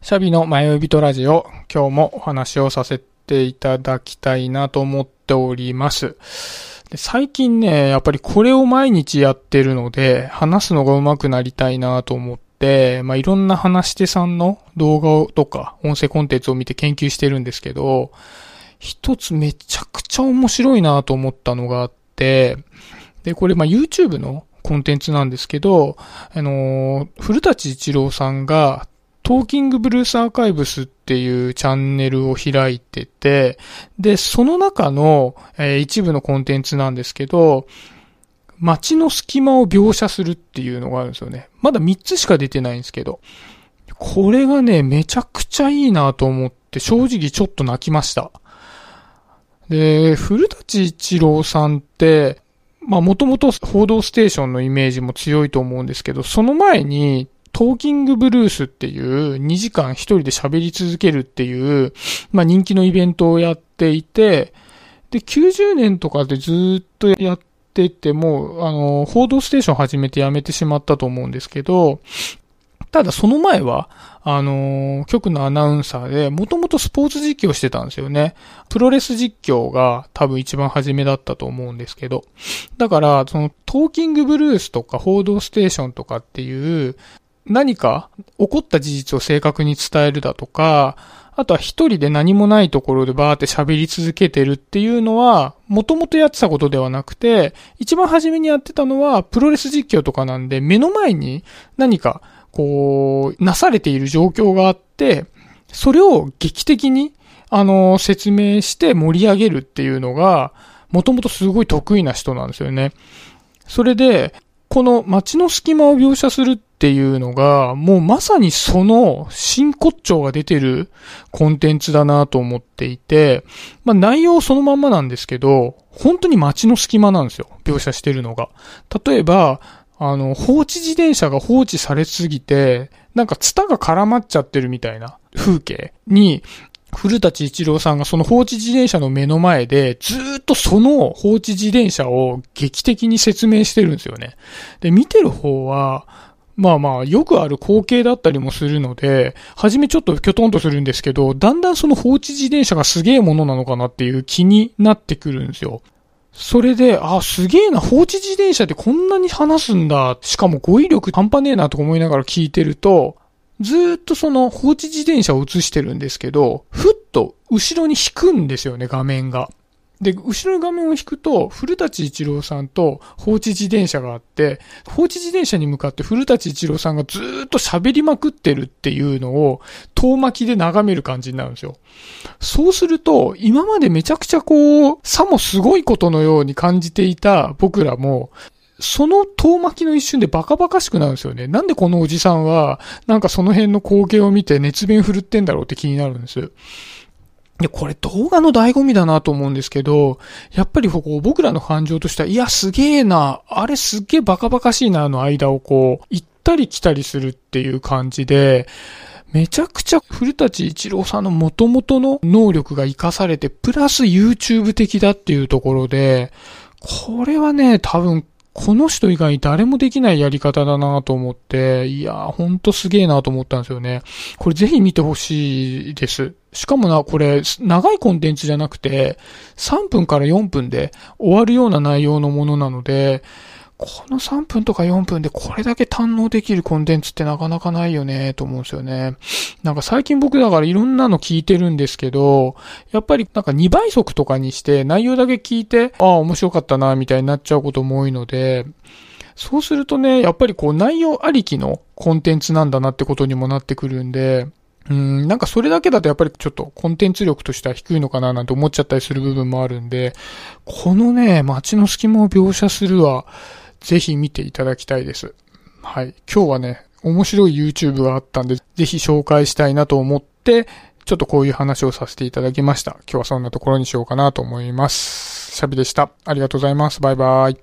シャビの迷い人ラジオ、今日もお話をさせていただきたいなと思っております。で、最近ね、やっぱりこれを毎日やってるので、話すのが上手くなりたいなと思って、いろんな話し手さんの動画とか音声コンテンツを見て研究してるんですけど、一つめちゃくちゃ面白いなと思ったのがあって、で、これYouTube のコンテンツなんですけど、古舘一郎さんがトーキングブルースアーカイブスっていうチャンネルを開いてて、で、その中の、一部のコンテンツなんですけど、街の隙間を描写するっていうのがあるんですよね。まだ3つしか出てないんですけど、これがね、めちゃくちゃいいなと思って、正直ちょっと泣きました。で、古舘一郎さんって、もともと報道ステーションのイメージも強いと思うんですけど、その前に、トーキングブルースっていう2時間一人で喋り続けるっていう、人気のイベントをやっていて、で、90年とかでずっとやってても、報道ステーション始めてやめてしまったと思うんですけど、ただその前は、局のアナウンサーで、もともとスポーツ実況してたんですよね。プロレス実況が多分一番初めだったと思うんですけど。だから、そのトーキングブルースとか報道ステーションとかっていう、何か起こった事実を正確に伝えるだとか、あとは一人で何もないところでバーって喋り続けてるっていうのは、もともとやってたことではなくて、一番初めにやってたのはプロレス実況とかなんで、目の前に何かなされている状況があって、それを劇的に説明して盛り上げるっていうのが、もともとすごい得意な人なんですよね。それで、この街の隙間を描写するっていうのが、もうまさにその真骨頂が出てるコンテンツだなと思っていて、内容そのまんまなんですけど、本当に街の隙間なんですよ、描写してるのが。例えば、放置自転車が放置されすぎて、ツタが絡まっちゃってるみたいな風景に、古舘一郎さんがその放置自転車の目の前でずーっとその放置自転車を劇的に説明してるんですよね。で、見てる方は、よくある光景だったりもするので、はじめちょっとキョトンとするんですけど、だんだんその放置自転車がすげえものなのかなっていう気になってくるんですよ。それで、すげえな、放置自転車ってこんなに話すんだ。しかも語彙力半端ねえなとか思いながら聞いてると、ずーっとその放置自転車を映してるんですけど、ふっと後ろに引くんですよね、画面が。で、後ろに画面を引くと、古舘一郎さんと放置自転車があって、放置自転車に向かって古舘一郎さんがずーっと喋りまくってるっていうのを遠巻きで眺める感じになるんですよ。そうすると、今までめちゃくちゃさもすごいことのように感じていた僕らも、その遠巻きの一瞬でバカバカしくなるんですよね。なんでこのおじさんは、その辺の光景を見て熱弁振るってんだろうって気になるんです。で、これ動画の醍醐味だなと思うんですけど、やっぱり僕らの感情としては、いやすげえな、あれすっげえバカバカしいなの間を行ったり来たりするっていう感じで、めちゃくちゃ古舘一郎さんの元々の能力が活かされて、プラス YouTube 的だっていうところで、これはね、多分、この人以外に誰もできないやり方だなと思って、いやーほんとすげーなと思ったんですよね。これぜひ見てほしいです。しかもこれ長いコンテンツじゃなくて、3分から4分で終わるような内容のものなので、この3分とか4分でこれだけ堪能できるコンテンツってなかなかないよねと思うんですよね。最近僕だからいろんなの聞いてるんですけど、やっぱり2倍速とかにして内容だけ聞いて、面白かったなみたいになっちゃうことも多いので、そうするとね、やっぱり内容ありきのコンテンツなんだなってことにもなってくるんで、それだけだとやっぱりちょっとコンテンツ力としては低いのかななんて思っちゃったりする部分もあるんで、このね、街の隙間を描写するは、ぜひ見ていただきたいです。はい。今日はね、面白い YouTube があったんで、ぜひ紹介したいなと思って、ちょっとこういう話をさせていただきました。今日はそんなところにしようかなと思います。シャビでした。ありがとうございます。バイバイ。